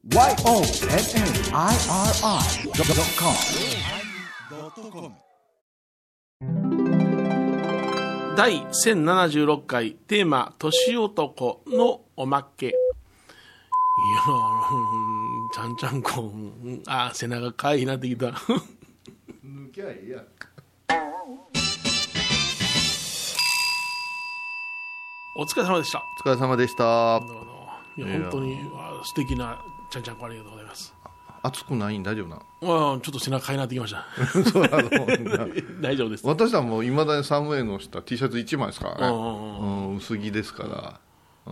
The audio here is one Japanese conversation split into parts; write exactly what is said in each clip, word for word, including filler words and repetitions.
ワイオーエヌエヌアイアールアイドットコム第せんななじゅうろっかいテーマ年男のおまけ。いやーちゃんちゃんこんあ背中かいいなってきた抜きゃいいやんお疲れ様でした。 お疲れ様でした。 どうもいや本当にあ素敵なちゃんちゃんこありがとうございます。 暑くないん大丈夫なあちょっと背中かいなってきましたそうなの大丈夫です。 私はもういまだにサムエの下 T シャツいちまいですからね、 うんうんうんうん、薄着ですから、うん、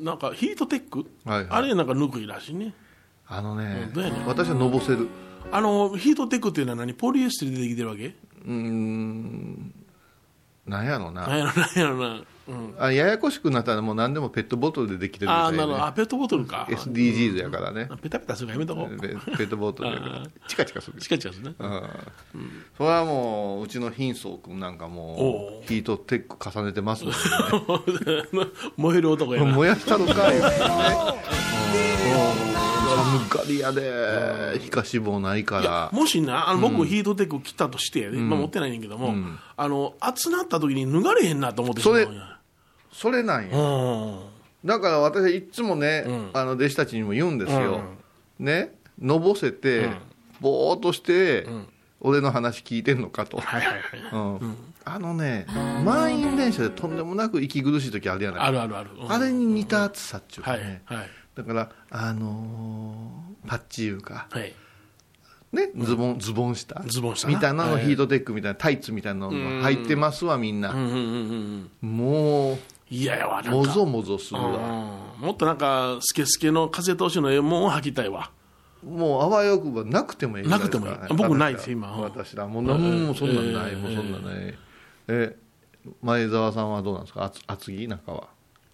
なんかヒートテック、 はいはい、 あれなんかぬくいらしいね。 あのね、 うん、ね私はのぼせる。 あのヒートテックっていうのは何ポリエステルでできてるわけ？ うーんなんやろななんやろなんやろな、うん、 あややこしくなったらもう何でもペットボトルでできてるみたいで、ね、 あなるほど。あペットボトルかエスディージーズ やからね、 うん、ペタペタするからやめとこう。 ペ, ペットボトルやからチカチカするチカチカするね、 うんうん、それはもううちの貧相君なんかもうヒートテック重ねてますもんね燃える男やな。 燃やしたのかい、ね、寒がりやで皮下脂肪ないからもしなあの僕、うん、ヒートテック着たとしてやで、うんまあ、持ってないねんけども、うん、あの暑なった時に脱がれへんなと思ってしまうんや。それそれなんや、うん、だから私いつもね、うん、あの弟子たちにも言うんですよ、うん、ねのぼせて、うん、ぼーっとして、うん、俺の話聞いてんのかと、はいはいはいうんうん、あのね満員電車でとんでもなく息苦しい時あるやない。 あるあるある、 うん、あれに似た暑さっちゅうかね、 はいはい、 だからあのー、パッチいうか、 はいね、ズボン、うん、ズボン下ズボン下みたいなの、はい、ヒートテックみたいなタイツみたいなの入ってますわみんな、うんうんうんうん、もういややわなんかもぞもぞするわ、 うん、もっとなんかスケスケの風通しのええもんを履きたいわ。 もうあわよくばなくてもいいぐらいですから、ね、 なくてもいい。僕ないです今。 私らもう何もそんなんない、えー、もうそんなんない、えー、え前澤さんはどうなんですか厚厚着なんかはこ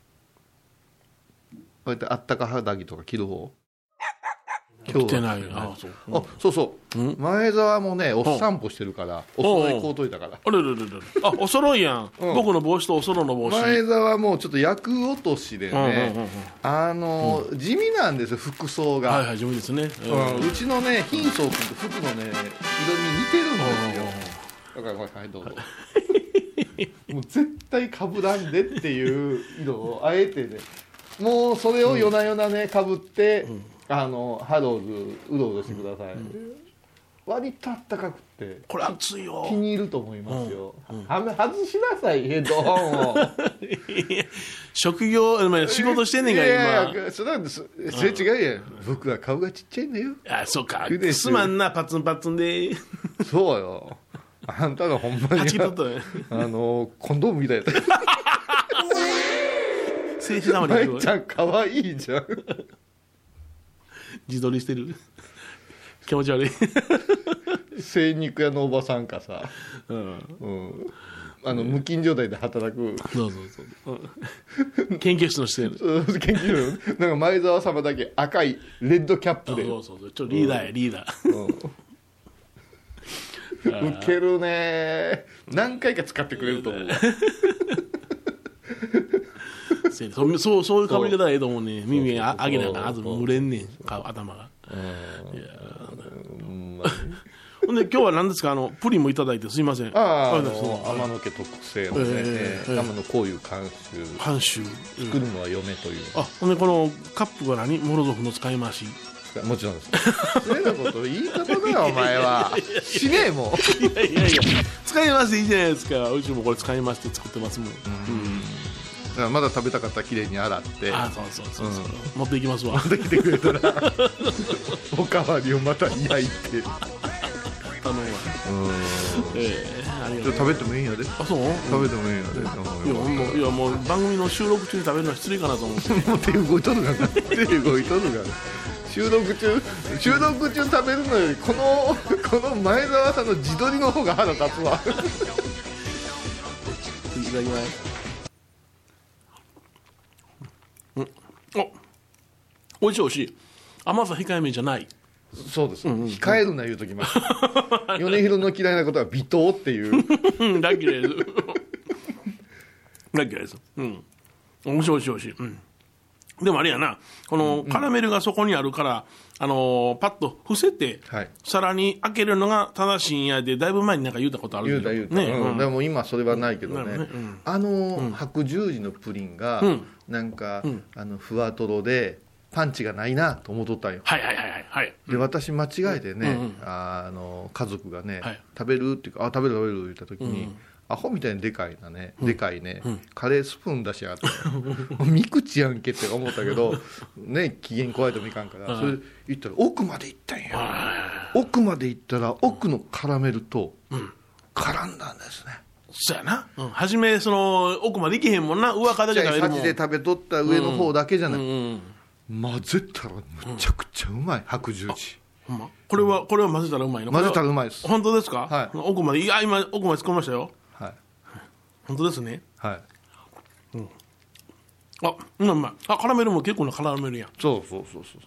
うやってあったか肌着とか着る方来てないな。 あそう、うん、あそうそう、うん、前澤もねお散歩してるからお揃い買うといたから。 あれれれれあお揃いやん、うん、僕の帽子とおそろの帽子。 前澤もちょっと役落としでね、うんうんうんうん、あの、うん、地味なんですよ服装が。 はいはい地味ですね、 うん、うちのね貧相君と服のね色味似てるんですよ。だからはいどうぞもう絶対かぶらんでっていう色をあえてねもうそれを夜な夜なねかぶって、うんあのハローズうろうろしてください、うん、割とあったかくてこれ暑いよ気に入ると思いますよ、うんうん、外しなさいヘッドホンを職業仕事してんねんから今。いやいやそれはそれ違うやん、うん、僕は顔がちっちゃいんだよ。 あそうかすまんなパツンパツンでそうよあんたがほんまにあのコンドームみたいだった静止黙り舞ちゃんかわいいじゃん自撮りしてる気持ち悪い精肉屋のおばさんかさ、うんうん、あの無菌状態で働くそうそうそう、うん、研究室のしてる研究室なんか前澤様だけ赤いレッドキャップでそうそうそうちょっとリーダーや、うん、リーダー、 うん、ウケるね何回か使ってくれると思うそうそうそういうかぶり方がええと思うね。耳あげながらあず蒸れんねん頭が。いやほんで今日は何ですかあのプリンもいただいてすいません。 あああの天野家特製のね、えー、天野こういう監修監修作るのは嫁という、 うん、あほんでこのカップが何モロゾフの使い回しもちろんです失礼なこと言い方だよお前はしねえもんいやいやいや使い回していいじゃないですか。うちもこれ使い回して作ってますもん、うんだからまだ食べたかったらきれいに洗ってあそうそうそうそう、うん、持っていきますわ持ってきてくれたらおかわりをまた焼いて頼むわえー、ありがとう食べてもいいんやで。 あそう食べてもいいんやで、 うん、いやもういやもう番組の収録中に食べるのは失礼かなと思ってもう手動いとるがな手動いとるが収録中収録中食べるのよりこのこの前澤さんの自撮りの方が腹立つわいただきますおいしいおいしい甘さ控えめじゃない。 そうです、うんうん、控えるな言うときます米広の嫌いなことは微糖っていう大嫌いです大嫌いですうんおいしいおいしいおいしい、うん、 でもあれやな、このカラメルがそこにあるから、あのーパッと伏せて、 はい、 皿に開けるのが正しいんやで、だいぶ前になんか言うたことある言うた言うた、 ね、 うんうん、 でも今それはないけどね、 ね、うん、 あのーうん、白十字のプリンが、うん、なんか、うん、あのふわとろでパンチがないなと思っとったんよ。 はいはいはいはい、はい、 で私間違えてね、うんうん、あの家族がね、はい、食べるっていうか、あ食べる食べる言った時に、うん、アホみたいにでかいなね、でかいね、うん、カレースプーン出しやがって三口やんけって思ったけどね、機嫌怖いともいかんから、それ言ったら奥まで行ったんや。奥まで行ったら奥のカラメルと絡んだんですね。 そうやな、うん、初めその奥まで行けへんもんな、上からで食べるもん、 さじで食べとった上の方だけじゃない、うんうんうん、 混ぜたらむちゃくちゃうまい、白十字。 ほんまこれはこれは混ぜたらうまいの？ 混ぜたらうまいです。 本当ですか？ はい、 奥まで、いや今奥まで突っ込みましたよ。 はい、 本当ですね。 はい、 うん、あ、うん、うまい。あ、カラメルも結構なカラメルやん。 そうそうそうそう。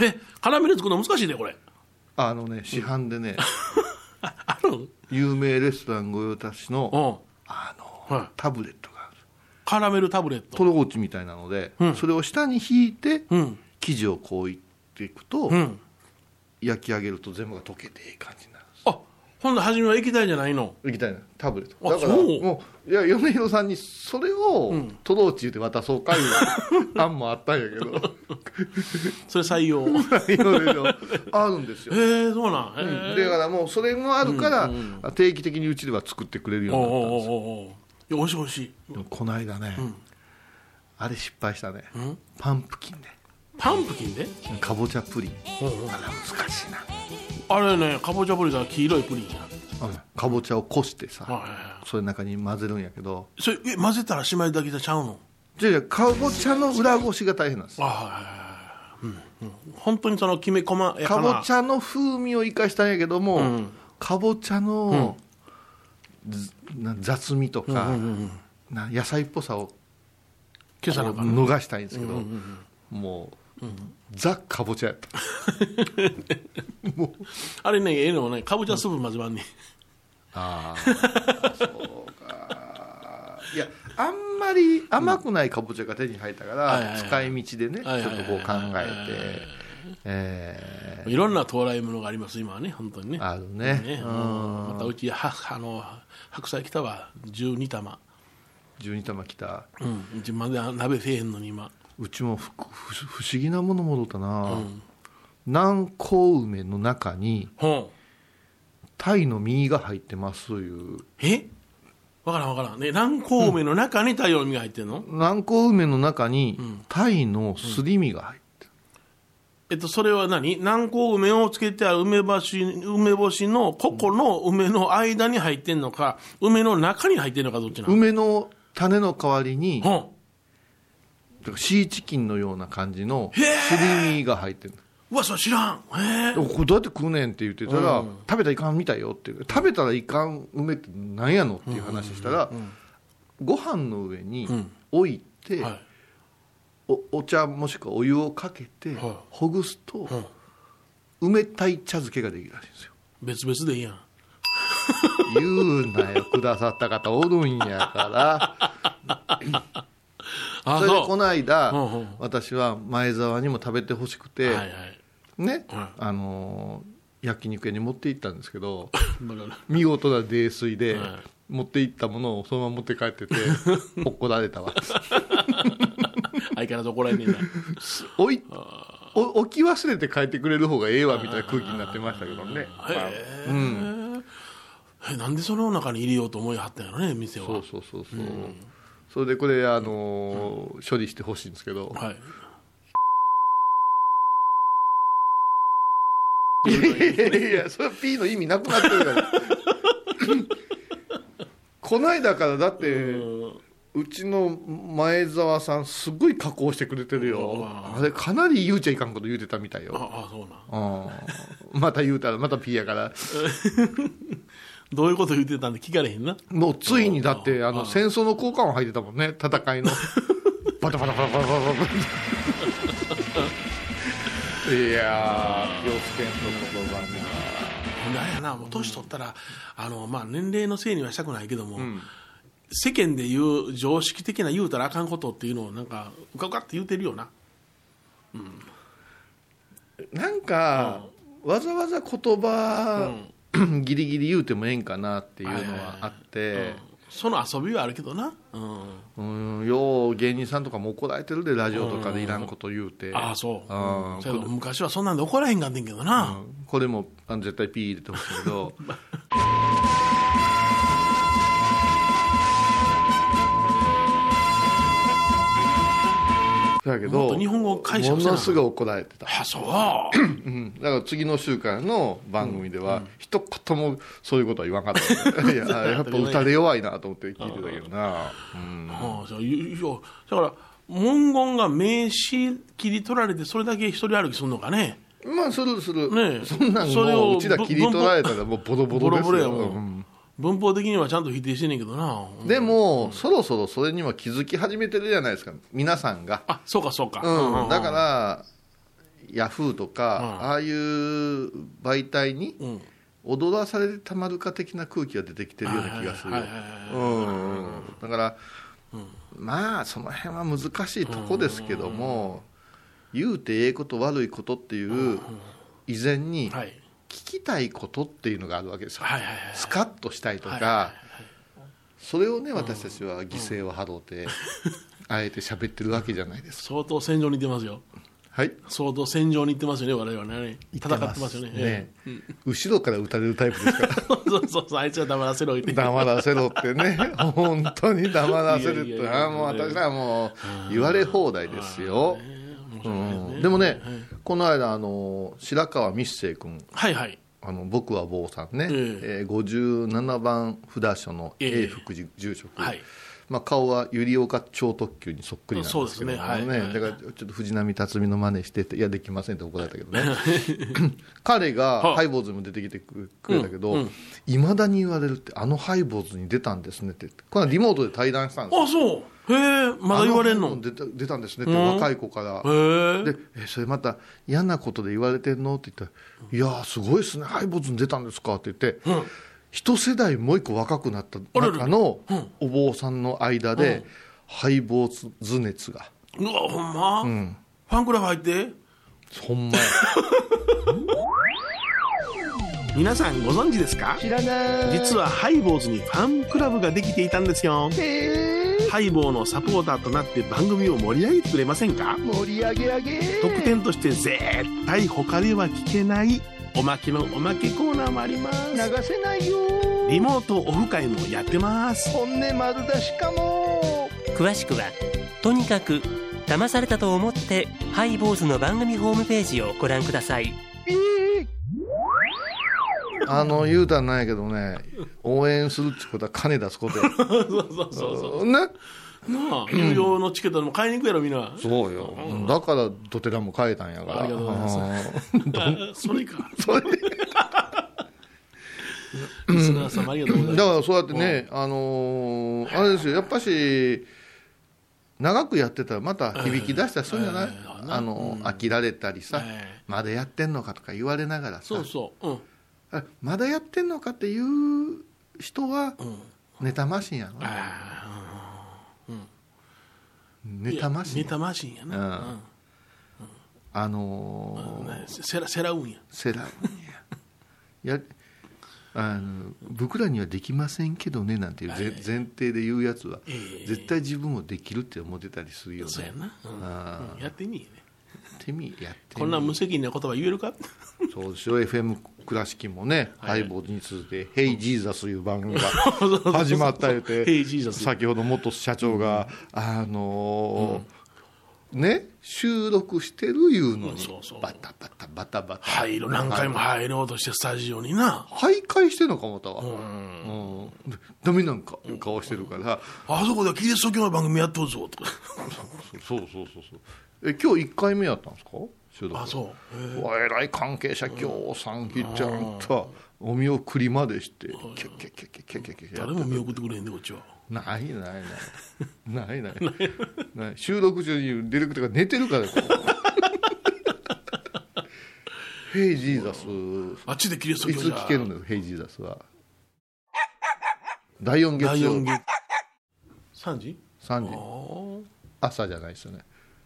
え、カラメル作るの難しいでこれ。 あのね、市販でね、 うん、ある有名レストラン御用達の、あの、はい、タブレットがある。 カラメルタブレット。 トロゴチみたいなので、うん、それを下に引いて、うん、生地をこういっていくと、うん、焼き上げると全部が溶けていい感じになるんです。 あ、ほんで初めは液体じゃないの？ 液体なタブレットだからもう、いや米広さんにそれをトローチ言って渡そうかいう案もあったんやけどそれ採用あるんですよ。 へえ、そうなん。へー、 うん、だからもうそれもあるから、うんうん、定期的にうちでは作ってくれるようになったんですよ。おうおうおう、いやおいしいおいしい。 でもこの間ね、うん、あれ失敗したね、うん、パンプキンでパンプキンでかぼちゃプリン、 うんうん、 あれ難しいな。 あれね、かぼちゃプリンは黄色いプリンや。 かぼちゃをこしてさ、 はいはいはい、 それの中に混ぜるんやけど、 それえ混ぜたらしまいだけじゃちゃうの？ じゃあかぼちゃの裏ごしが大変なんです。 あ、はいはいはい、うんうん、本当にそのきめ細やかなかぼちゃの風味を生かしたんやけども、うん、かぼちゃの、うん、雑味とか、うんうんうん、な野菜っぽさを逃したいんですけど、うんうんうん、もう、うん、ザ・かぼちゃやったもうあれね、ええのもね、かぼちゃスープ混ぜまんねん。 ああそうか。いや、あんまり甘くないかぼちゃが手に入ったから、うん、使い道でね、はいはいはい、ちょっとこう考えて、えー、 いろんな到来ものがあります今はね、本当にね。 あるね。ね、 うん、またうちはあの白菜来たわ、じゅうにたま。 じゅうにたま来た。 うん、うちまだ鍋せえへんのに今。 うちもふふ不思議なもの戻ったな、うん、南高梅の中に、うん、鯛の身が入ってますいう。 え、分からん分からんね。南高梅の中に鯛の身が入ってるの？ うん、南高梅の中に鯛のすり身が入ってる、 うん、えっとそれは何？南高梅をつけてある梅干し、梅干しの個々の梅の間に入ってんのか、梅の中に入ってんのか、どっちなの？ 梅の種の代わりに、うん、シーチキンのような感じのすり身が入ってる。 うわ、それ知らん。へえ。 これどうやって食うねんって言ってたら、うん、食べたらいかんみたいよって。食べたらいかん梅って何やのっていう話したら、うんうんうん、ご飯の上に置いて、うん、はい、お, お茶もしくはお湯をかけて、はい、ほぐすと、うん、梅鯛茶漬けができるらしいんですよ。 別々でいいやん。 言うなよ、くださった方おるんやからあ、それでこの間、うんうん、私は前澤にも食べてほしくて、はいはい、ね、うん、あのー、焼肉屋に持って行ったんですけど見事な泥酔で、はい、持って行ったものをそのまま持って帰ってて怒られたわ相変わらず怒られねえなおいお置き忘れて帰ってくれる方がええわみたいな空気になってましたけどね。 へー、うん、え、なんでその中に入れようと思いはったんやろね、店は。 そうそうそうそう、うん、それでこれ、あのーうん、処理してほしいんですけど、はい、いやいやいや、それは P の意味なくなってるからこの間からだって、うん、うちの前澤さんすごい加工してくれてるよ。あれかなり言うちゃいかんこと言うてたみたいよ。 ああ、そうなん。 また言うたらまた P やからどういうこと言うてたんで聞かれへんな。 もうついにだってあの戦争の効果音入ってたもんね、戦いのバタバタバタバタバタいやー、気をつけんと言葉には。 ほんであれやな、もう年取ったら、あの、まあ、年齢のせいにはしたくないけども、うん、世間で言う常識的な言うたらあかんことっていうのをなんかうかうかって言うてるよな。 なんか、わざわざ言葉、ギリギリ言うてもええんかなっていうのはあって、 その遊びはあるけどな、 うん、うん、よう芸人さんとかも怒られてるで、ラジオとかでいらんこと言うて、 ああそう、 うんうん、けど昔はそんなんで怒らへんかんねんけどな、 うん、これもあの絶対ピー入れてほしいけどだけど日本語解釈ものすごい怒られてた。 あそう、うん、だから次の週からの番組では、うん、一言もそういうことは言わなかったいややっぱ歌で弱いなと思って聞いてたけどな、うん、 ああだから文言が名詞切り取られてそれだけ一人歩きするのかね。 まあするする、 ね、 そんなんもううちら切り取られたらもうボロボロですよ。ボロボロやもん、 うん、文法的にはちゃんと否定してんねんけどな。 でも、うん、そろそろそれには気づき始めてるじゃないですか、皆さんが。 あ、そうかそうか、 うん、だからヤフーとか、うん、ああいう媒体に踊らされてたまるか的な空気が出てきてるような気がするよ。だから、うん、まあその辺は難しいとこですけども、言うてええこと悪いことっていう以前に、はい、聞きたいことっていうのがあるわけですよ、はいはいはい、スカッとしたいとか、はいはいはい、それをね私たちは犠牲を払うて、うん、あえて喋ってるわけじゃないですか。 相当戦場に出ますよ。はい、相当戦場に行ってますよね、我々ね。戦ってますよね。ね、 うん、後ろから撃たれるタイプですからそうそうそう、あいつは黙らせろって黙らせろってね本当に黙らせるって、あもう私はもう言われ放題ですよ。うん、でもね、はい、この間あの白川密生君、はいはい、あの僕は坊さんね、えーえー、ごじゅうななばん札所の A 副住職、えーはい、まあ、顔は百合丘超特急にそっくりなんですけどね、はいはい、だからちょっと藤波辰巳の真似してて、いやできませんって怒られたけどね彼がハイボーズにも出てきてくれたけど、いま、うんうん、だに言われるって、あのハイボーズに出たんですねって、これはリモートで対談したんですよ。 あ、そうへえ、まだ言われんの。 出た、出たんですねって、若い子から。へで、え、それまた嫌なことで言われてんのって言ったら、いやーすごいですね、ハイボーズに出たんですかって言って、うん、一世代もう一個若くなった中のお坊さんの間で、うん、ハイボーズ熱が。 うわ、ほんま、うん、ファンクラブ入ってほんまや皆さんご存知ですか？ 知らない。 実はハイボーズにファンクラブができていたんですよ。へー。ハイボーのサポーターとなって番組を盛り上げてくれませんか？ 盛り上げ上げ。 特典として絶対他では聞けないおまけのおまけコーナーもあります。 流せないよ。 リモートオフ会もやってます。 本音丸出しかも。 詳しくはとにかく騙されたと思ってハイボーズの番組ホームページをご覧ください。えーあの言うたらないけどね、応援するってことは金出すことやそうそうそうそうね、なあ、有料のチケットでも買いに行くやろみんな。 そうよ、うん、だからドテラも買えたんやから。 ありがとうございますそれかそれリスナー様ありがとうございます。 だからそうやってね、あのー、あれですよ、やっぱし長くやってたらまた響き出したらそうじゃない、えーえー、あの、うん、飽きられたりさ、えー、まだやってんのかとか言われながらさ、 そうそう、うん、 まだやってんのかっていう人はネタマシンやろ、うんうん、ネタマシンネタマシンやな、うんうん、 あのー、 セラセラウンやセラウンややあの僕らにはできませんけどねなんていう前提で言うやつは、えー、絶対自分もできるって思ってたりするよね。 そうやな、うんあうん、やってみーね。 てみやってみこんな無責任な言葉言えるかそうですよ。 エフエム 倉敷もね、はい、ハイボーズに続いて「ヘイジーザス」いう番組が始まった言うて先ほど元社長が、うん、あのーうんね、収録してるいうのに、うん、そうそうバタバタバタバタ入る何回も入ろうとしてスタジオにな徘徊してんのかもたわ、うんうん、ダメなんか顔してるから、 うん、あそこでキリスト教の番組やっとるぞとかそうそうそうそうえ今日いっかいめやったんですか収録。 あそうわえらい関係者ぎょうさん来ちゃんとお見送りまでしてキャッキャッキャッキャッキャッキャッキャッ誰も見送ってくれへんでこっちはないないないないないない収録中にディレクターが寝てるからヘイジーザスあっちでキリスト教じゃいつ聞けるのよヘイジーザスはだいよん月曜さんじさんじ朝じゃないですよね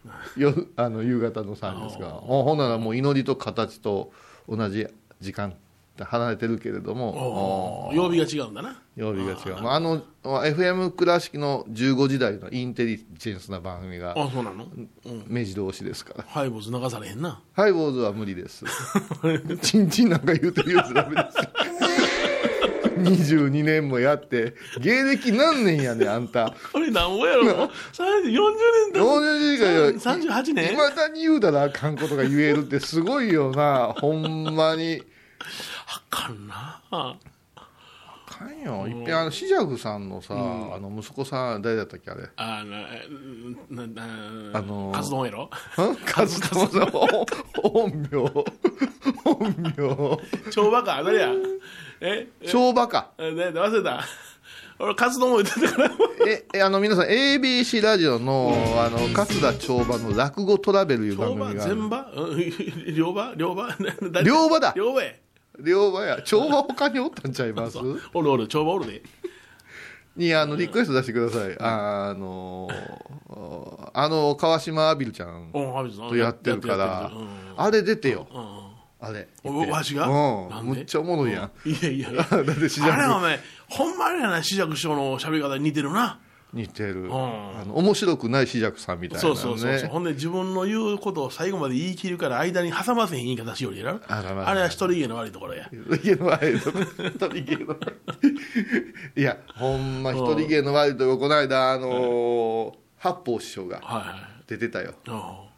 よあの夕方のさんじですが、ほんならもう祈りと形と同じ時間離れてるけれども、 曜日が違うんだな。 曜日が違う。ああの エフエム 倉敷のじゅうごじ台のインテリジェンスな番組があ、そうなの、うん、 目白押しですから。 ハイボーズ流されへんな。 ハイボーズは無理ですチンチンなんか言うてるやつダメですよにじゅうにねんもやって芸歴何年やねんあんた。 あれ何ぼやろよんじゅうねんだよんじゅうねんかさんじゅうはちねんいまだに言うたらあかんことが言えるってすごいよなほんまに。 あかんなあかんよ。いっぺんあのシジャフさんのさ、うん、あの息子さん誰だったっけあれ。 あのななあのカツ丼やろ。 カツ丼の本名本名帳場か誰や。え帳場か。 え忘れた。俺カツ丼も言ってたから。 ええあの皆さん エービーシー ラジオのあの勝田帳場の落語トラベルいう番組がある。 全場両場両場両場だ。 両場や。 両場や。帳場他におったんちゃいます？ おるおる帳場おるで。 にあのリクエスト出してください。あのあの川島アビルちゃんとやってるからあれ出てよ。あれわしがうんむっちゃおもろいやん。 いやいやだってシジャクあれお前ほんまあれやな。シジャク師匠の喋り方に似てるな。 似てる、うん、あの面白くないシジャクさんみたいな、ね、 そうそうそうそう。ほんで自分の言うことを最後まで言い切るから間に挟ませへん言い方しよるやろ。 あ, あれは一人芸の悪いところや。 一人芸の悪いところ一人芸のいやほんま一人芸の悪いところ。この間あのー、八方師匠が出てたよ、はい、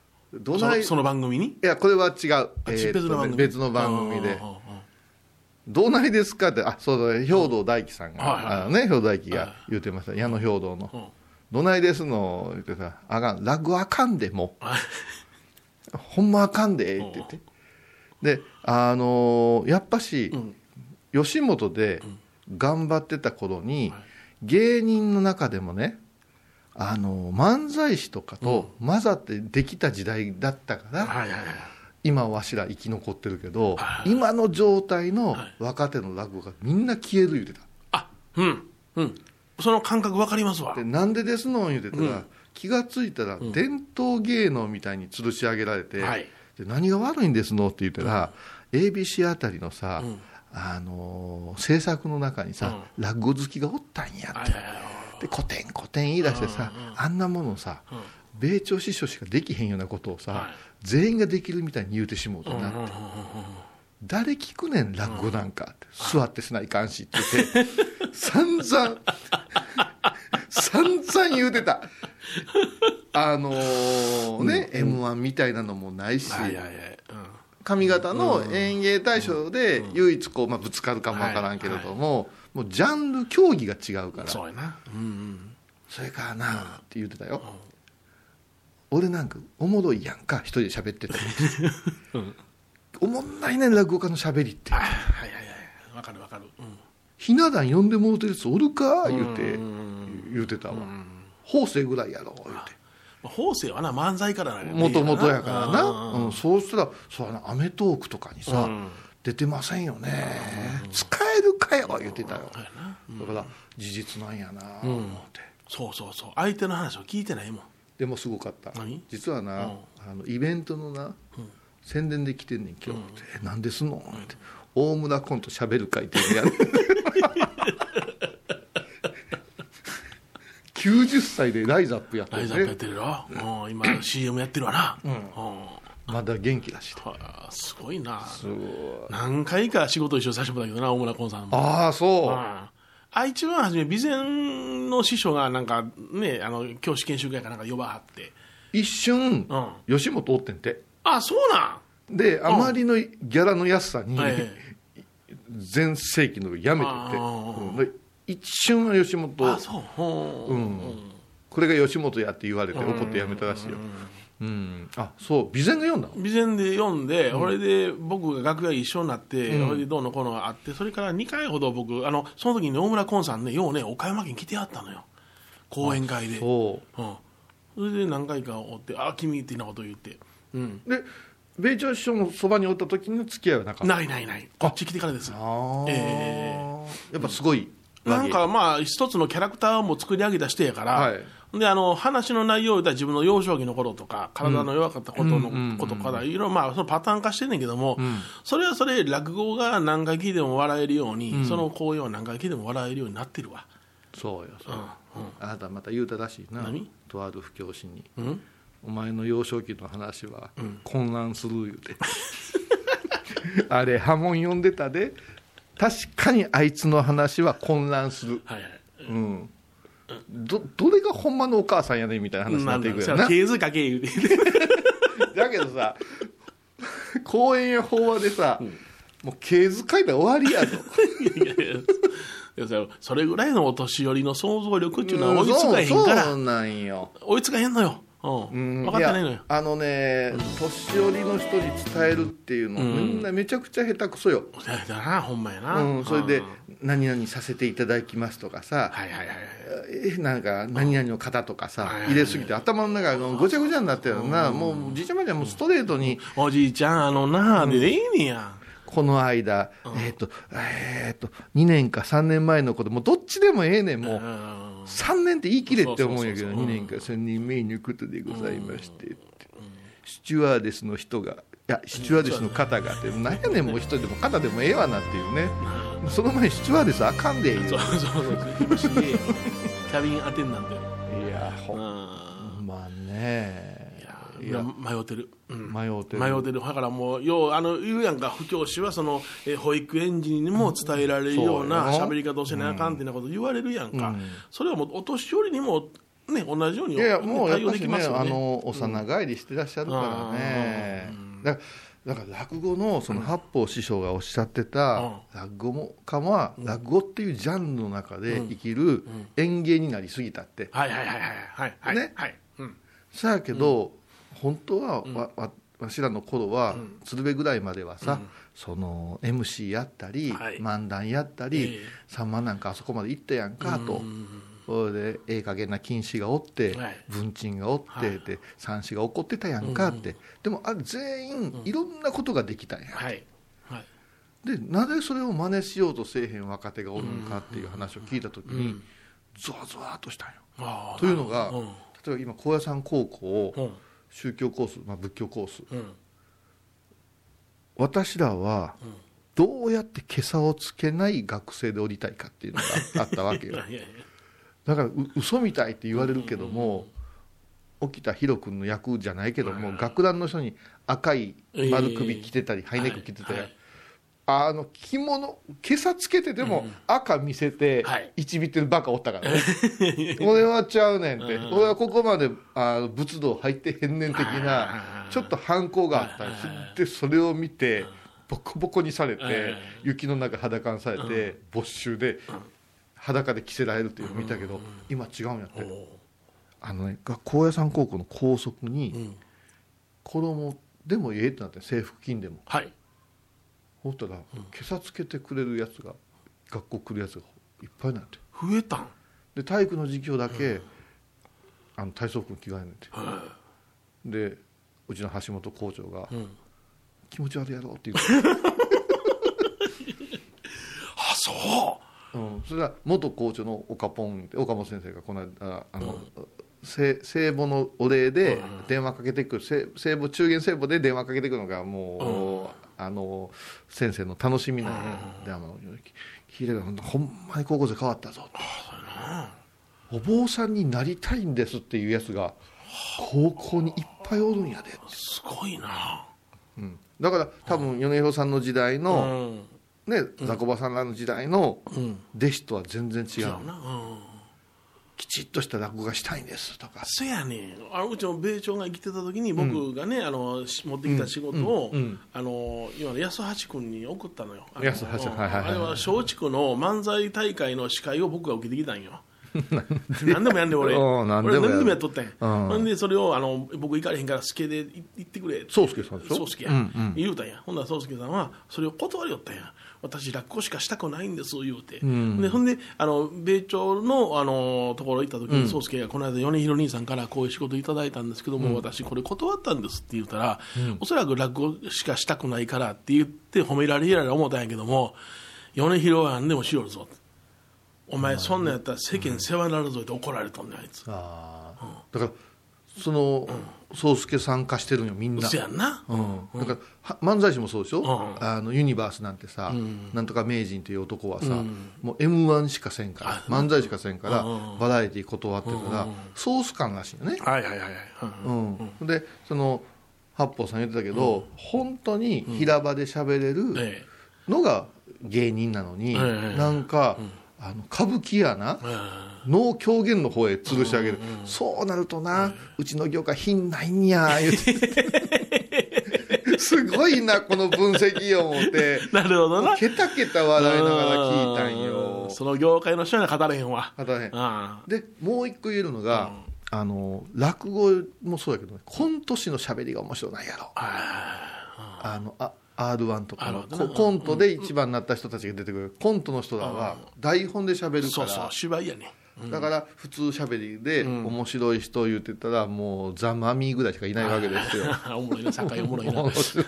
どない そ, その番組に。いやこれは違う、 えー、別の番組別の番組でどないですかって。あそうだ兵道大樹さんが、うんあのね、兵道大樹が言ってました、はい、矢野兵道の、うん、どないですの言ってさあかん落語あかんでもうほんまあかんでって言ってであのー、やっぱし、うん、吉本で頑張ってた頃に、うん、芸人の中でもねあのー、漫才師とかと混ざってできた時代だったから、うんはいはいはい、今わしら生き残ってるけど、はい、今の状態の若手の落語がみんな消える言うてた。 あうんうんその感覚分かりますわ。 でなんでですの言うてたら、うん、気がついたら伝統芸能みたいに吊るし上げられて、うん、で何が悪いんですのって言ったら、うん、エービーシー あたりのさ、うんあのー、制作の中にさ、うん、落語好きがおったんやって、で古典古典言い出してさ、うんうん、あんなものさ、うん、米朝師匠しかできへんようなことをさ、はい、全員ができるみたいに言うてしもうとなって、うんうんうんうん、誰聞くねん落語なんかって、うん、座ってせないかんしって言って散々散々言うてた。あのー、ね、うん、エムワン みたいなのもないし、はいはいはいうん、上方の演芸大賞で唯一こう、まあ、ぶつかるかもわからんけれども、はいはい、もうジャンル競技が違うから。 そうやな、うんうん、 それからなって言ってたよ、うん、俺なんかおもろいやんか一人で喋ってて、うん、おもんないねん落語家の喋りって。 はいはいはいわかるわかる、うん、 ひな壇呼んでもうてるやつおるか言うて言うてたわ。法政ぐらいやろ言うて。 法政はな漫才からもともとやからな、うん、そうしたらそうなアメトークとかにさ、うん、出てませんよね、うん、使えるかよ言ってたよ、うん、だから事実なんやなと思って、うん、 そうそうそう相手の話を聞いてないもん。 でもすごかった。実はな、うん、あのイベントのな、うん、宣伝で来てんねん今日って、うん、なんですのって、うん、大村コントしゃべる会っていうのやるきゅうじゅっさいでライズアップやってるね。 ライズアップやってるよ、うん、今 シーエム やってるわな、うんうん、 まだ元気だし、 はあ、すごいな。 すごい何回か仕事一緒させてもらったけどな大村コンさんも。 ああそう、うん、 あ一番初め備前の師匠がなんかねあの教師研修会かなんか呼ばはって一瞬、うん、吉本おってんて。 あそうなんであまりのギャラの安さに、うん、全盛期のやめてて、うん、一瞬は吉本。 あそう、 うんうん、これが吉本やって言われて怒ってやめたらしいよ、うんうん、あそう備前が読んだの。 備前で読んで、うん、それで僕が楽屋一緒になって、うん、それでどうのこうのがあって、それからにかいほど僕あのその時に大村コンさんねようね岡山県来てやったのよ講演会で。 そう、 うん、それで何回かおってあ君ってなこと言って、うん、 で米朝師匠のそばにおった時の付き合いはなかった。 ないないないこっち来てからです。 あ、えー、やっぱすごい、 うん、なんかまあ一つのキャラクターも作り上げた人やから、はい、 であの話の内容を言ったら自分の幼少期の頃とか体の弱かったことの、うん、ことからいろいろ、まあ、そのパターン化してんねんけども、うん、それはそれ落語が何回聞いても笑えるように、うん、その講演は何回聞いても笑えるようになってるわ。 そうよそう、うんうん、あなたまた言うたらしいな。 何？ とある布教師に、 うん、 お前の幼少期の話は混乱する言うて、うん、あれ波紋読んでたで、確かにあいつの話は混乱する、はいはい、うん、ど, どれがほんまのお母さんやねんみたいな話になっていくよな。 経図かけ言うてだけどさ講演や法話でさ、うん、もう経図書いたら終わりやぞいやいやそれぐらいのお年寄りの想像力っていうのは追いつかへんから、 そうなんよ、 追いつかへんのよ、うん、分かってないのよ。 あのね、うん、年寄りの人に伝えるっていうの、うん、みんなめちゃくちゃ下手くそよ。 だな、ほんまやな、 うん、それで何々させていただきますとかさ、 はいはいはい、 えなんか何々の方とかさ、入れすぎて頭の中がごちゃごちゃになってるな、もうじいちゃんばあちゃんもストレートに、 おじいちゃんあのなーでええねや、 この間、えっと、えっと、にねんかさんねんまえのこと、もうどっちでもええねん、もう。さんねんって言い切れって思うんやけど、にねんかさんねんまえのことでございまして、スチュワーデスの人が、いや、スチュワーデスの方がって、何やねん、もう人でも方でもええわなっていうね。その前にスチュワーデスあかんで、 そうそうそう、すげえ。キャビンアテンダントよ。 いや、ほんまね。 いや迷ってる、うん、 迷ってる迷ってる。だからもうようあの言うやんか、布教師はそのえ保育園児にも伝えられるような喋り方をしなあかんっていうなこと言われるやんか、うん、それはもうお年寄りにもね同じように、ね、 いやもうやっぱりね、 ね、 あの幼帰りしてらっしゃるからね、うん、だからだから落語のその八方師匠がおっしゃってた、うん、落語家は落語っていうジャンルの中で生きる演芸になりすぎたって、 はいはいはいはいはいね、 はい、うん、 さあけど、うん、本当は、うん、わ, わ, わしらの頃は、うん、鶴瓶ぐらいまではさ、うん、その エムシー やったり、はい、漫談やったり、えー、さんまなんかあそこまで行ったやんかと、うん、それでええ加減な金子がおって、はい、文鎮がおって、はい、で三子が怒ってたやんかって、うん、でもあれ全員いろんなことができたんや、 はいはい、 でなぜそれを真似しようとせえへん若手がおるのかっていう話を聞いた時に、うん、ゾワゾワっとしたんよ。というのが、うん、例えば今高野山高校を、うん、宗教コース、まあ、仏教コース、うん、私らはどうやって袈裟をつけない学生でおりたいかっていうのがあったわけよだからう嘘みたいって言われるけども、沖田博君の役じゃないけども、楽団の人に赤い丸首着てたり、ハイネック着てたり、あの着物袈裟つけてても赤見せていちびってるバカおったからね俺はちゃうねんって、俺はここまであの仏道入ってへんねん的なちょっと反抗があったりで、それを見てボコボコにされて、雪の中裸にされて没収で裸で着せられるっていうのを見たけど、今違うんやって。あのね、高野山高校の校則に子供でもええってなって、制服金でも、 はい、 ほったら袈裟つけてくれるやつが学校来るやつがいっぱいになって増えたんで、体育の授業だけ、うん、あの体操服着替えねんて、うん、でうちの橋本校長が、うん、気持ち悪いやろって言うあ、そう、 うん、それは元校長の岡ポンって岡本先生がこの間あの、うん、聖母のお礼で電話かけてくる、聖母中元聖母で電話かけてくるのがもう、うん、あの先生の楽しみなんで、うん、聞いてるほんまに高校生変わったぞって、お坊さんになりたいんですっていうやつが高校にいっぱいおるんやでって。 すごいな、 うん、だから多分米広さんの時代の、うんね、ザコバさんらの時代の弟子とは全然違う、うん、きちっとした落語がしたいんですとか。 そやね、あのうちの米朝が生きてた時に僕がね、うん、あの持ってきた仕事を、うんうん、あの今の安八君に送ったのよ。あの安八、はいはいはい、 あれは松竹の漫才大会の司会を僕が受けてきたんよ何でもやんで俺何でも や, 俺何でもやっとったんや。ほんでそれをあの僕行かれへんから助で行ってくれって宗介さんでしょ、 宗介や、うんうん、言うたんや。ほんなら宗介さんはそれを断りよったんや。私落語しかしたくないんです言うて、うん、でほんであの米朝 の, あのところ行った時に宗介、うん、がこの間米広兄さんからこういう仕事いただいたんですけども、うん、私これ断ったんですって言ったら、うん、おそらく落語しかしたくないからって言って褒められやら思ったんやけども、米広は何でもしよるぞ、 お前そんなんやったら世間世話になるぞって怒られとんねんあいつ。 ああ、だからその宗介参加してるんよみんな。 そやんな、 うん、だからは漫才師もそうでしょ、 うん、 あのユニバースなんてさ、うん、なんとか名人という男はさ、うん、もう エムワン しかせんから漫才しかせんから、うん、バラエティ断ってるから、うん、ソース感らしいよね。 はいはいはい、 うんうん、でその八方さん言ってたけど、うん、本当に平場で喋れるのが芸人なのに、うん、なんか、うん、あの歌舞伎やな、うん、能狂言の方へ吊るし上げる、うんうん、そうなるとな、うん、うちの業界品ないんや言ってすごいなこの分析を思ってなるほどな、 ケタケタ笑いながら聞いたんよ。 その業界の人には語れへんわ。 語れへん。でもう一個言えるのが、うん、あの落語もそうだけど、ね、コント師の喋りが面白いなんやろ。ああのあアールワン とかのコントで一番になった人たちが出てくる、コントの人らは台本で喋るから、 そうそう芝居やね、 うん、だから普通喋りで面白い人言ってたらもうザ・マミーぐらいしかいないわけですよ。 おもろいな、酒井おもろいな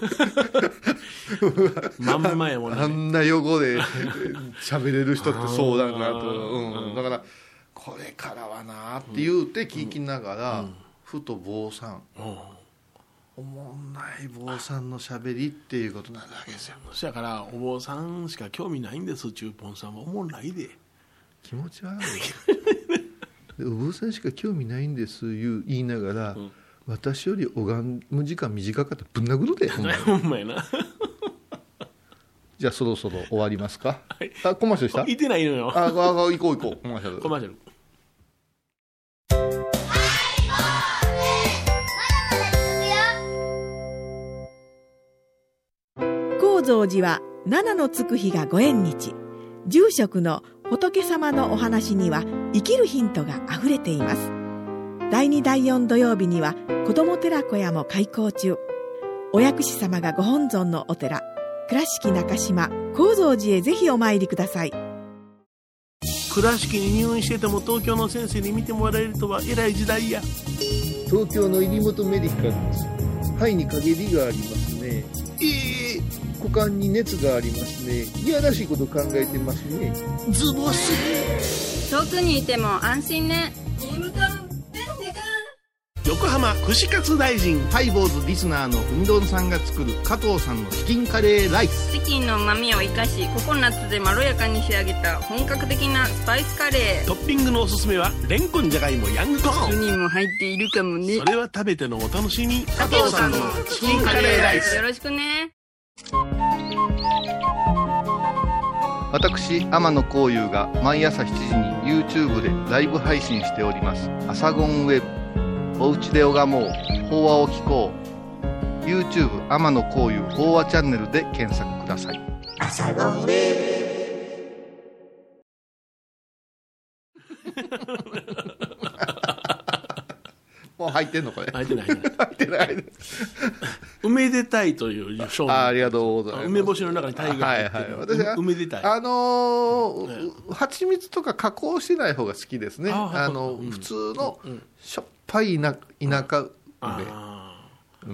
まんまやもんね。 あんな横で喋れる人ってそうだなと、うん、だからこれからはなって言うて聞きながら、うん、ふと坊さん、うん、おもんない坊さんのしゃべりっていうことなんだわけですよ。 そやからお坊さんしか興味ないんですチューポンさんは。おもんないで、 気持ち悪いお坊さんしか興味ないんです言いながら、うん、私より拝む時間短かったらぶん殴るでほんまほんまやなじゃあそろそろ終わりますか、はい、あコマーシャルしたいてないのよ。 ああ行こう行こうコマーシャルコマーシャル。 高蔵寺は七のつく日がご縁日。住職の仏様のお話には生きるヒントがあふれています。だいにだいよん土曜日には子ども寺小屋も開校中。お薬師様がご本尊のお寺、倉敷中島・高蔵寺へぜひお参りください。 倉敷に入院してても東京の先生に見てもらえるとは偉い時代や。 東京の入本メディカルです。肺に陰りがありますね。 ええー股間に熱がありますね。いやらしいこと考えてますね。 ズボス遠くにいても安心ね。 横浜串カツ大臣ハイボーズリスナーのうみどんさんが作る加藤さんのチキンカレーライス。 チキンの旨味を生かしココナッツでまろやかに仕上げた本格的なスパイスカレー。 トッピングのおすすめはレンコン、じゃがいも、ヤングコーン。 じゅうにんも入っているかもね。 それは食べてのお楽しみ。 加藤さんのチキンカレーライスよろしくね。 私天野幸雄が毎朝しちじに YouTube でライブ配信しておりますアサゴンウェブ。おうちで拝もう法話を聞こう。 YouTube 天野幸雄法話チャンネルで検索ください。アサゴンウェブもう入ってんのこれ。 入ってない入ってない入ってない梅でたいという商品。 あ, ありがとうございます。 梅干しの中に鯛が入ってる、はいはい、私は梅でたい、 あのー、蜂蜜とか加工してない方が好きですね。ああの、うん、普通のしょっぱい田舎梅、 あ, うん、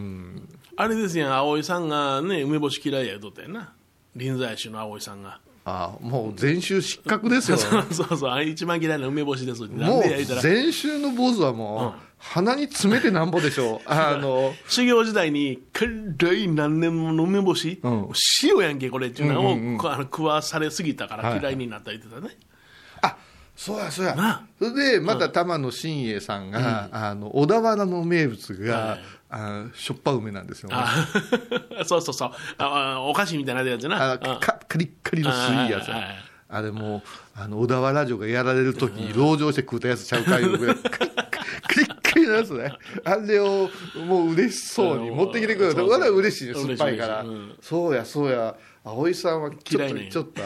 あれですやん、葵さんがね梅干し嫌いやとったやな、臨済宗の葵さんが。 ああもう全宗失格ですよ、ね、 そうそうそう、一番嫌いな梅干しですって。 もう全宗の坊主はもう、うん、鼻に詰めてなんぼでしょうあの修行時代に軽い何年もの梅干し、うん、塩やんけこれっていうのを、うんうんうん、あの食わされすぎたから嫌いになった言ってたね、はいはい、 あそうやそうや。それでまた玉野真栄さんが、うん、あの小田原の名物が、はい、あしょっぱ梅なんですよね。 そうそうそう、あお菓子みたいなやつな、 あカカリッカリの薄いやつ。あれもあの小田原城がやられる時に籠城して食うたやつちゃうかいうぐらいカリッカリのやつね。あれをもう嬉しそうに持ってきてくれる。我々嬉しいね、酸っぱいから、うん、そうやそうや。葵さんはちょっとちょっと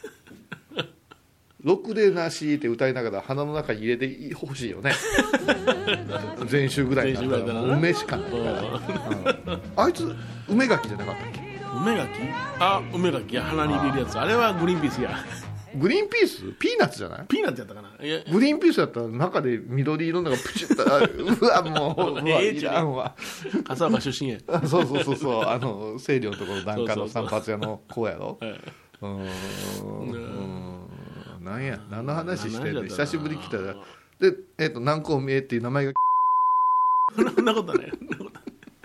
ろくでなしって歌いながら鼻の中に入れてほしいよね前週ぐらいになったら梅しかないから、うん、あいつ梅柿じゃなかったっけ。 梅柿、あ梅柿や鼻に入れるやつ、あれはグリーンピースや。 グリーンピースピーナッツじゃない。 ピーナッツやったかな。いやグリーンピースやったら中で緑色のがプチッとうわもううわいらんわ。 笠岡出身やそうそうそうそう、あの清涼のところ檀家の散髪屋の子やろ。うんうんなんや何の話してんの何の話だったな久しぶりに来たらで、えー、と南光明っていう名前がそんなことないそんなことない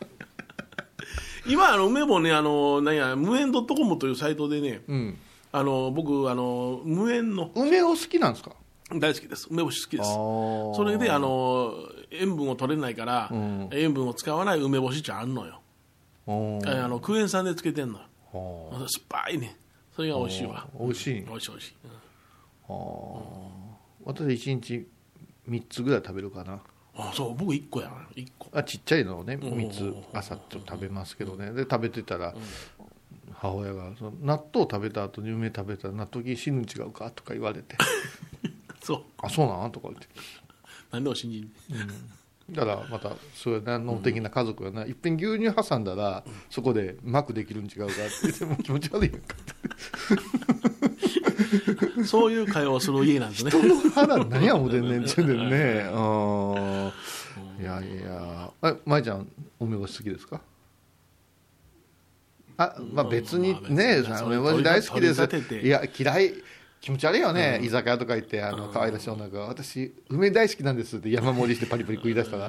今あの梅もねあのなんや無縁 .com というサイトでね、 うんあの僕あの無縁の梅を好きなんですか？ 大好きです。梅干し好きです。 あーそれであの塩分を取れないから、 うん、 塩分を使わない梅干しってあんのよ。あのクエン酸でつけてんのよ。酸っぱいね。それが美味しいわ。 美味しい。 美味しい美味しい。 うん、私いちにちみっつぐらい食べるかな。 あそう僕いっこやいっこ。 あちっちゃいのをねみっつ朝と食べますけどね。で食べてたら、うん、母親がその納豆食べた後に梅食べたら納豆菌死ぬん違うかとか言われてそうあそうなんとか言って何でも信じん、 うん、だからまたそういう能的な家族がな、うん、いっぺん牛乳挟んだら、うん、そこで膜できるん違うかって言っても気持ち悪いやんかってそういう会話をする家なんですね人の腹何や思てんねんって言うんだよねあいやいやあ舞ちゃん梅干し好きですか？あまあ別にね梅干し大好きですいや嫌い気持ち悪いよね、うん、居酒屋とか行ってあの可愛らしい女が私梅大好きなんですって山盛りしてパリパリ食い出したら、うん、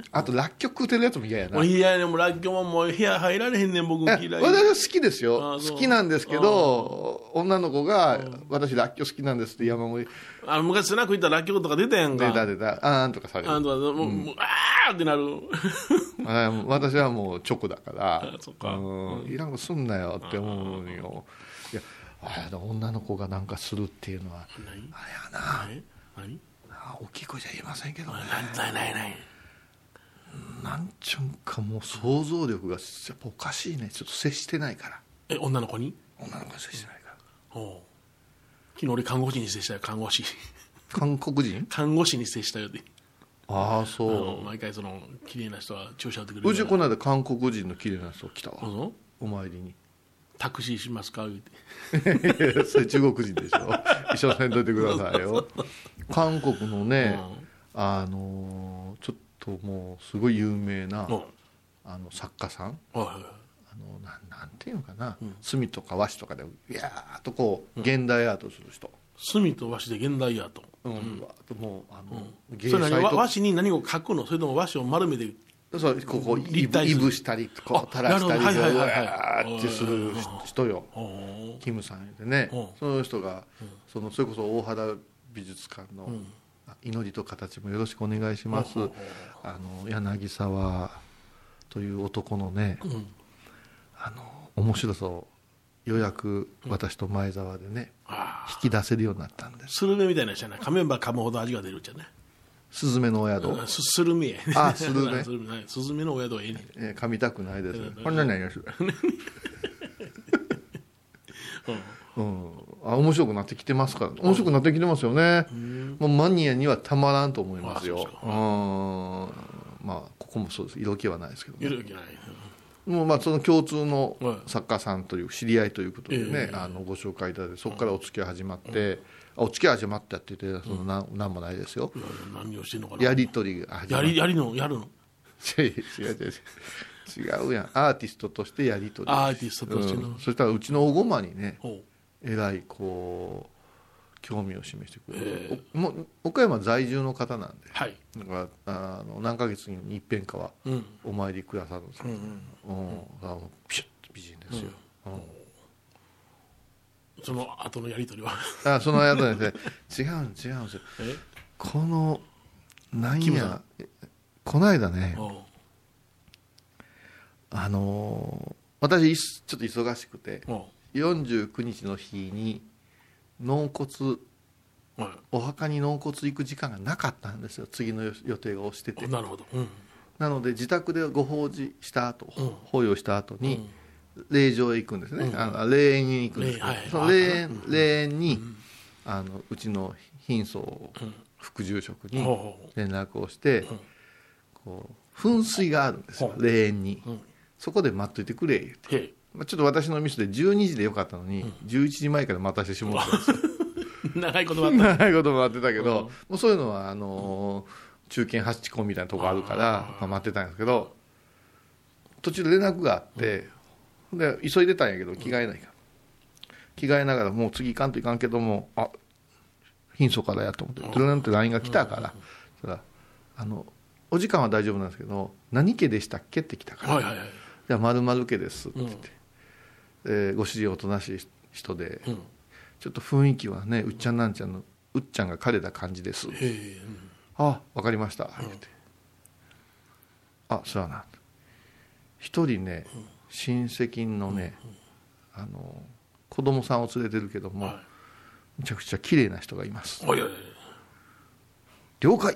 あとらっきょう食うてるやつも嫌やな。 いやでもらっきょうももう部屋入られへんねん僕嫌い。 私は好きですよ好きなんですけど女の子が私らっきょう好きなんですって山盛りあの昔スナック行ったららっきょうとか出たやんか出た出たあーんとかされるあーんとかもう、うん、もうあーってなる私はもうチョコだからあそっか、 うん、いらんことすんなよって思うのよ。いやあ女の子がなんかするっていうのはあれやな何大きい声じゃ言えませんけどねないないないなんちゅうんかもう想像力がやっぱおかしいねちょっと接してないからえ女の子に女の子に接してないからお昨日俺看護師に接したよ看護師韓国人看護師に接したよでああそう毎回その綺麗な人は注射打ってくれるうちこの間韓国人の綺麗な人来たわお参りにタクシーしますか言うてそれ中国人でしょ一緒にせんといてくださいよ韓国のね、うん、あのちょっともうすごい有名な、うん、あの作家さん、うん、あのな ん, なんていうのかな、うん、墨とか和紙とかでいやーっとこう現代アートする人、 墨と和紙で現代アート、 うんうん、もうあの、 うん、芸祭と和紙に何を書くのそれとも和紙を丸めてそうここいぶしたりこう垂らしたりこううわーってする人よキムさんでねその人がそのそれこそ大原美術館の祈りと形もよろしくお願いしますあの柳沢という男のねあの面白さをようやく私と前澤でね引き出せるようになったんですスルメみたいな人じゃない噛めば噛むほど味が出るじゃないスズメのお宿ススルメあスルメスズメのお宿はええねん、 えー、噛みたくないですこんなになりますうん、あ面白くなってきてますから面白くなってきてますよねもうマニアにはたまらんと思いますよあうんまあここもそうです色気はないですけど、ね、 色気ない、 うん、もうまあその共通の作家さんという知り合いということでね、えー、あのご紹介いただいてそこからお付き合い始まって、うんお付き合い始まったって言ってその何、うん、何もないですよ。 何をしてんのかな。 やり取りが始まやりやりのやるの。 違う違う違う違うやんアーティストとしてやり取り。 アーティストとしての。 うん、そしたらうちのおごまにねえらいこう興味を示してくれる。もう岡山在住の方なんで。はい。だからあの何ヶ月に一遍かはお参りくださるんですけど、うんうんうん、あのピシュッと美人ですよ。うんうんその後のやり取りはあその後ですね違うん違うんですよこのなんやこの間ねあのー、私ちょっと忙しくてよんじゅうくにちの日に納骨お墓に納骨行く時間がなかったんですよ次の予定が押しててなるほど、うん、 なので自宅でご法事した後、うん、法要した後に、うん霊場へ行くんですね、うん、あの霊園に行くんですけど、はい、その霊園、うん、霊園に、うん、あのうちの貧相副住職に連絡をして、うん、こう噴水があるんですよ、うん、霊園に、うん、そこで待っといてくれ言って、まあ、ちょっと私のミスでじゅうにじでよかったのに、うん、じゅういちじまえから待たせてしまったんですよ長いこと待って長いこと待ってたけど、うん、もうそういうのはあのー、中堅八コンみたいなとこあるから、まあ、待ってたんですけど途中で連絡があって、うんで急いでたんやけど着替えないから、うん、着替えながらもう次行かんといかんけどもあ貧相からやと思ってトゥルンって ライン が来たから、そしたらあのお時間は大丈夫なんですけど何家でしたっけって来たから、 はいはいはい、 じゃあ〇〇家ですって言って、うんえー、ご主人おとなしい人で、うん、ちょっと雰囲気はねうっちゃんなんちゃんのうっちゃんが枯れた感じです、うん、あ分かりました、うん、ってあそうやな一人ね親戚のね、うん、あの子供さんを連れてるけども、はい、めちゃくちゃ綺麗な人がいます、はいはいはい、了解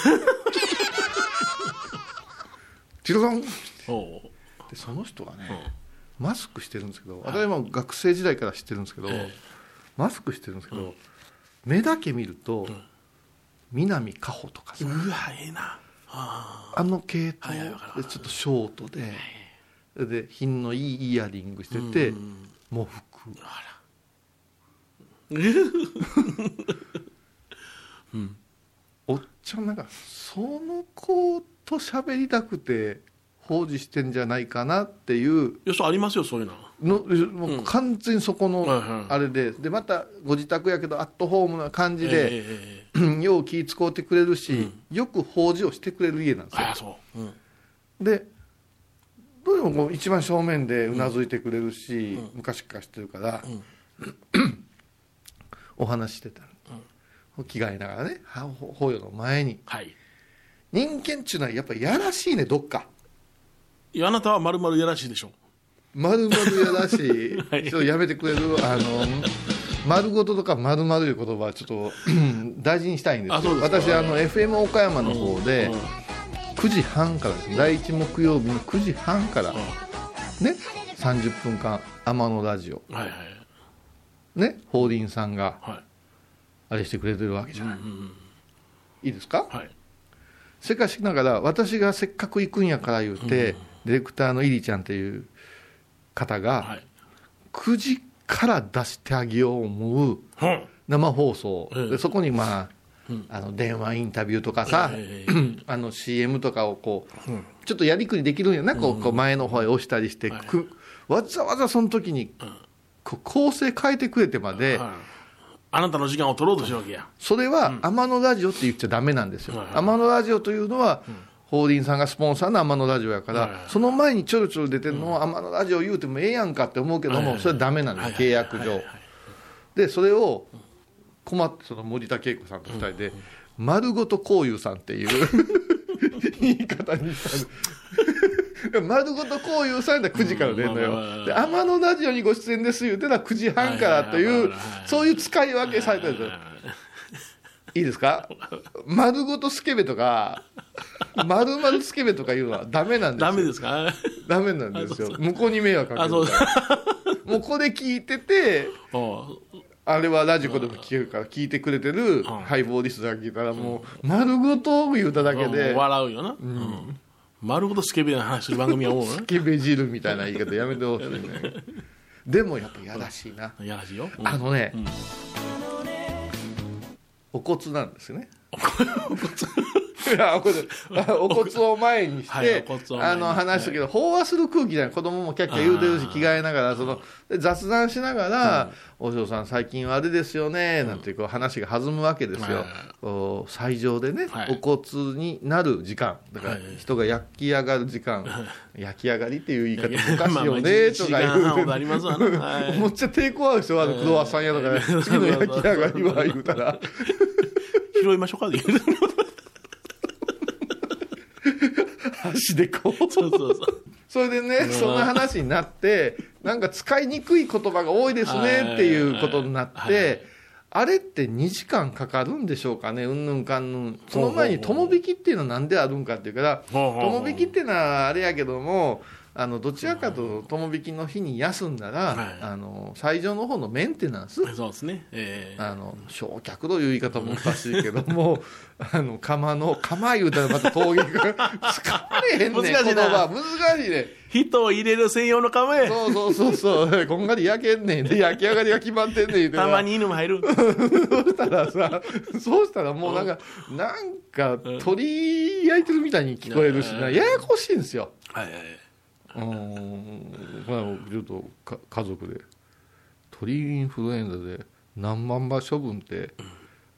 千代さんでその人がね、うん、マスクしてるんですけど、私も学生時代から知ってるんですけど、はい、マスクしてるんですけど、うん、目だけ見ると、うん、南果歩とかさ、 うわええな あ, あの系統でちょっとショートで、はい、で品のいいイヤリングしてて、うん、喪服あらうん、おっちゃんなんかその子と喋りたくて放置してんじゃないかなっていうよそありますよそういうののもう完全にそこのあれで、うん、でまたご自宅やけどアットホームな感じで、えー、よう気使うてくれるし、うん、よく法事をしてくれる家なんですよ。あそう、うん、でどうでもこう一番正面でうなずいてくれるし、うん、昔から知ってるから、うん、お話してた、うん、着替えながらね法要の前に、はい、人間っちゅうのはやっぱりやらしいねどっか。 いやあなたはまるまるやらしいでしょ。 まるまるやらしい、はい、ちょっとやめてくれるあの丸ごととかまるまるいう言葉はちょっと大事にしたいんですよ。私あの エフエム 岡山の方でくじはんからですね、だいいち木曜日のくじはんからねさんじゅっぷんかん天野ラジオ、はいはいね、法輪さんがあれしてくれてるわけじゃない、うんうんうん、いいですか、はい、せかしながら私がせっかく行くんやから言うて、うんうん、ディレクターのイリちゃんっていう方が、はい、くじから出してあげよう思う生放送、うん、でそこにまあ、うん、あの電話インタビューとかさ、うん、あの シーエム とかをこう、うん、ちょっとやりくりできるんやな、うん、こうこう前の方へ押したりして、はい、くわざわざその時に、うん、こう構成変えてくれてまで、はい、 あなたの時間を取ろうとしてるわけや。 それは、うん、天野ラジオって言っちゃダメなんですよ、はいはい、天野ラジオというのは、うん法輪さんがスポンサーの天野ラジオやから、はいはいはい、その前にちょろちょろ出てるのを、うん、天野ラジオ言うてもええやんかって思うけども、はいはいはい、それはダメなんです、はいはいはい、契約上、はいはいはい、でそれを困ってその森田恵子さんとふたりで、うん、丸ごとこういうさんっていう言い方にしたの丸ごとこういうさんでくじから出るのよ、うん、で天野ラジオにご出演です言うてのはくじはんからという、そういう使い分けされてるんですよ。いいですか、丸ごとスケベとか丸々スケベとかいうのはダメなんですよ。 ダメですかダメなんですよ。向こうに迷惑かけるからもうこれ聞いててあれはラジコでも聞けるから聞いてくれてるハイボーリストが聞いたらもう丸ごと言うただけで笑うよな、うんうん、丸ごとスケベな話する番組はもうスケベ汁みたいな言い方やめてほしいねでもやっぱやらしいな、 やらしいよ、うん、 あのね、うん、お骨なんですねお骨を前にして、はい、あの話したけど、飽和する空気じゃない、子供もキャッキャ言うてるし着替えながらその雑談しながら、うん、お嬢さん最近はあれですよねなんてこう話が弾むわけですよ、うん、斎場でね、はい、お骨になる時間だから人が焼き上がる時間、はい、焼き上がりっていう言い方おかしいよねとか言うて、まあ、めっちゃ抵抗ある人はクロワッサン屋とか、ね、次の焼き上がりは言うたら拾いましょうか足でこうそうそうそうそれでね、うん、そんな話になってなんか使いにくい言葉が多いですねっていうことになって、はいはい、あれってにじかんかかるんでしょうかね、うんぬんかんぬん。その前に友引きっていうのはなんであるんかっていうから友引きっていうのはあれやけどもあのどちらかと友引きの日に休んだら、はい、あの斎場の方のメンテナンス、 そうですね、えー、 あの焼却という言い方もおかしいけどもあの窯の窯言うたらまた陶芸が使われへんねん難しいな、 言葉難しいね、 人を入れる専用の窯へそうそうそうそうこんがり焼けんねんで焼き上がりが決まってんねんたまに犬も入るそうしたらさそうしたらもうなんか、うん、なんか鳥焼いてるみたいに聞こえるしな、ややこしいんですよ。はいはいうん、ちょっとか家族で鳥インフルエンザで何万羽処分って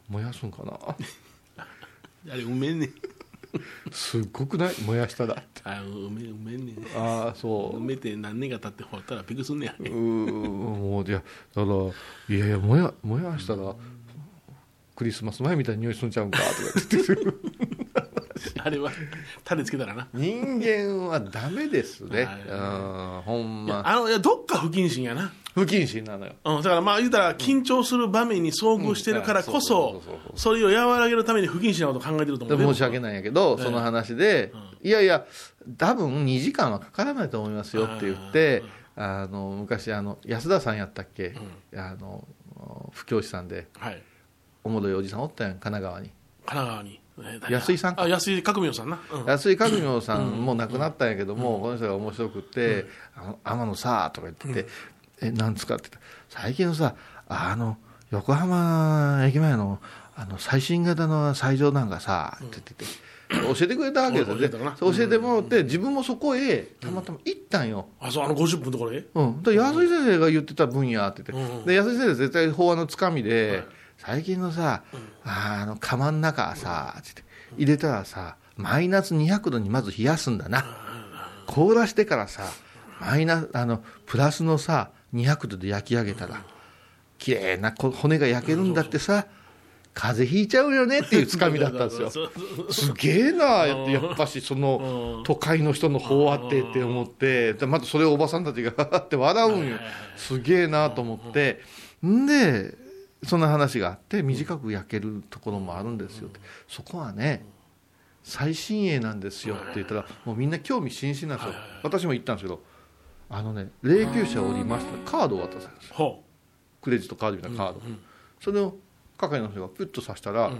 燃やすんかなあれ埋めんねんすっごくない燃やしたらあ埋め埋めんねんああそう埋めて何年か経って掘ったらびっくりすんねやうーもういやだからいやいや燃や燃やしたらクリスマス前みたいに匂いすんちゃうんかとか言ってあれは種つけたらな人間はダメですね、 はい、 うんほんいやまあのいやどっか不謹慎やな、 不謹慎なのよ、 うん、だからまあ言うたら緊張する場面に遭遇してるからこそそれを和らげるために不謹慎なことを考えてると思うね。 申し訳ないんやけど、その話で、うん、いやいや多分にじかんはかからないと思いますよって言ってあの昔あの安田さんやったっけ、うん、あの布教師さんで、はい、おもろいおじさんおったやん神奈川に神奈川に安井さんかあ安井革命さんな、 うん、安井革命さんも亡くなったんやけども、うん、この人が面白くって、うん、あの天野さとか言ってて、うん、えなんつかって言った最近のさあの横浜駅前のあの最新型の斎場なんかさ、うん、って言って教えてくれたわけですよね、教えてもらって、うん、自分もそこへたまたま行ったんよ、 うん、あそうあのごじゅっぷんのところへ、 うん、で安井先生が言ってた分野って言って、うん、で安井先生絶対法話のつかみで、はい最近のさ、うん、あの釜の中さって入れたらさマイナスにひゃくどにまず冷やすんだな、凍らしてからさマイナあのプラスのさにひゃくどで焼き上げたらきれいな骨が焼けるんだってさ風邪ひいちゃうよねっていうつかみだったんですよすげえなやっぱしその都会の人の法話ってって思ってまたそれをおばさんたちがって笑うんよすげえなと思ってんでそんな話があって短く焼けるところもあるんですよってそこはね最新鋭なんですよって言ったらもうみんな興味津々なんですよ。私も言ったんですけどあのね霊柩車を降りましたカードを渡されるんですよクレジットカードみたいなカードそれを係の人がプッと刺したらウ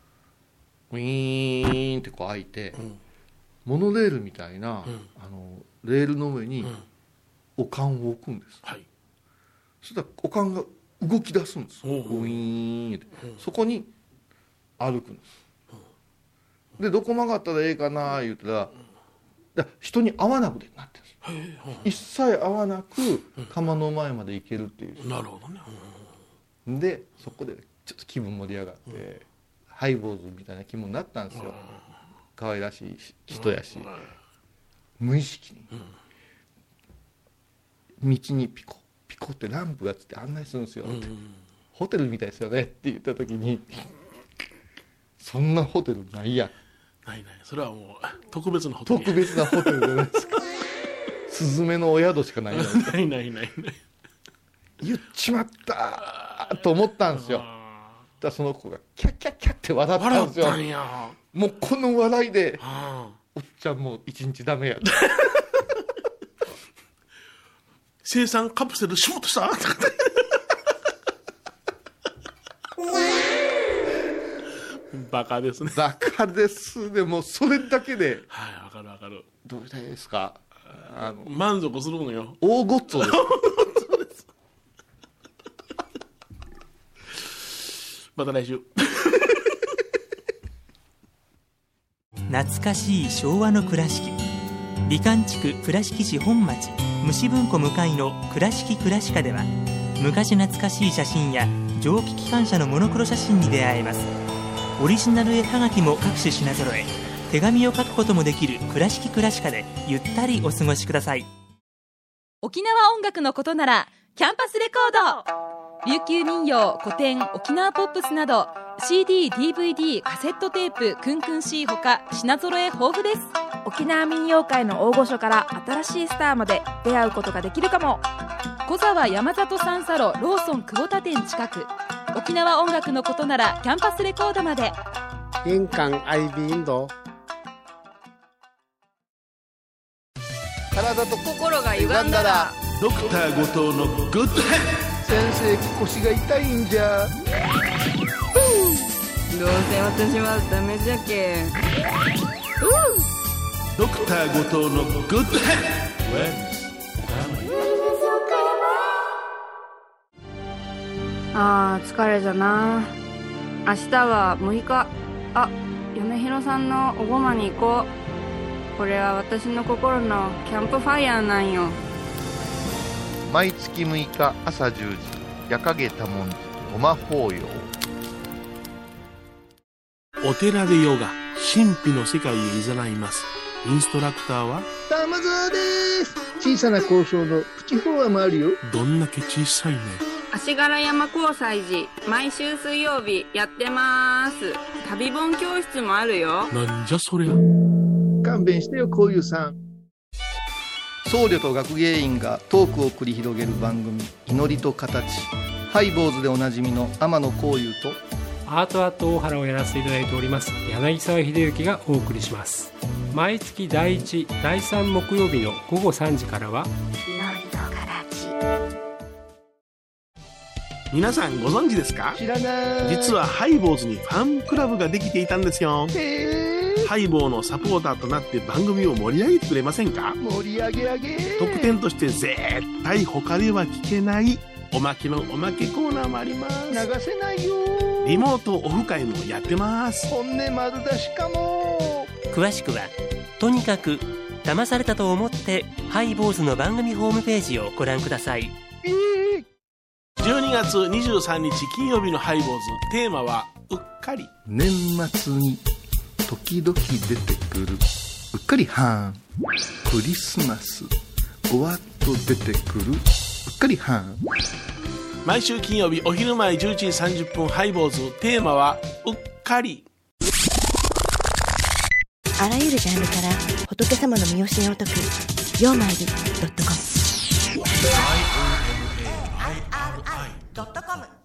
ィーンってこう開いてモノレールみたいなあのレールの上におかんを置くんです。そしたらおかんが動き出すんですウィーンって、うん、そこに歩くんです、うん、でどこ曲がったらええかな言うたら、うん、人に会わなくてなってるんです、うん、一切会わなく釜の前まで行けるっていう、 うん、なるほどね、 うん、でそこでちょっと気分盛り上がって、うん、ハイボーズみたいな気分になったんですよ、うん、可愛らしい人やし、うん、無意識に、うん、道にピコピコってランプがつって案内するんですよって、うん、ホテルみたいですよねって言った時にそんなホテルないやんないないそれはもう特別なホテル特別なホテルじゃないですかスズメのお宿しかないじゃないないないない言っちまったと思ったんですよ。だからその子がキャッキャッキャッって笑ったんですよ。 笑ったんやもうこの笑いでおっちゃんもう一日ダメや生産カプセルしもっとしたバカですねバカですでもそれだけではいわかるわかるどうしたらいいですかあの満足するのよ大ごっつおですまた来週懐かしい昭和の倉敷美観地区倉敷市本町虫文庫向かいの倉敷倉歯科では昔懐かしい写真や蒸気機関車のモノクロ写真に出会えます。オリジナル絵はがきも各種品揃え手紙を書くこともできる倉敷倉歯科でゆったりお過ごしください。 沖縄音楽のことならキャンパスレコード琉球民謡古典沖縄ポップスなど シーディー、ディーブイディー、カセットテープクンクン C ほか品揃え豊富です。 沖縄民謡界の大御所から新しいスターまで出会うことができるかも。 小沢山里三佐路ローソン久保田店近く。沖縄音楽のことならキャンパスレコードまで。 印鑑アイビーインド体と心が歪んだらドクター後藤のグッドヘッ先生腰が痛いんじゃ。 どうせ私はダメじゃけ。 ドクター後藤のグッドヘッあー疲れじゃな。明日はむいか。あ、米広さんのおごまに行こう。これは私の心のキャンプファイヤーなんよ。 毎月むいか朝じゅうじ夜影多文字ごま法要。 お寺でヨガ、神秘の世界へ誘います。インストラクターは玉沢です。小さな交渉のプチフォアもあるよ。 どんだけ小さいね。 足柄山交際時毎週水曜日やってます。旅本教室もあるよ。 なんじゃそりゃ。 勘弁してよ、こういうさん。 僧侶と学芸員がトークを繰り広げる番組、祈りと形。ハイボーズでおなじみの天野幸雄とアートアート大原をやらせていただいております柳沢秀幸がお送りします。毎月だいいち、だいさん木曜日のごごさんじからは祈りと形。 皆さんご存知ですか？ 知らない。 実はハイボーズにファンクラブができていたんですよ。 へー。 ハイボーのサポーターとなって番組を盛り上げてくれませんか？ 盛り上げ上げ。 特典として絶対他では聞けないおまけのおまけコーナーもあります。 流せないよ。 リモートオフ会もやってます。 本音丸出しかも。 詳しくはとにかく騙されたと思ってハイボーズの番組ホームページをご覧ください。 えー、 じゅうにがつにじゅうさんにち金曜日のハイボーズ、テーマはうっかり。 年末に時々出てくるうっかりはん。クリスマスおわっと出てくるうっかりはん。 毎週金曜日お昼前じゅういちじさんじゅっぷんハイボーズ、テーマはうっかり。 あらゆるジャンルから仏様の身教えを解く曜マイルドットコム。 アイオーエムエーアイアールアイドットコム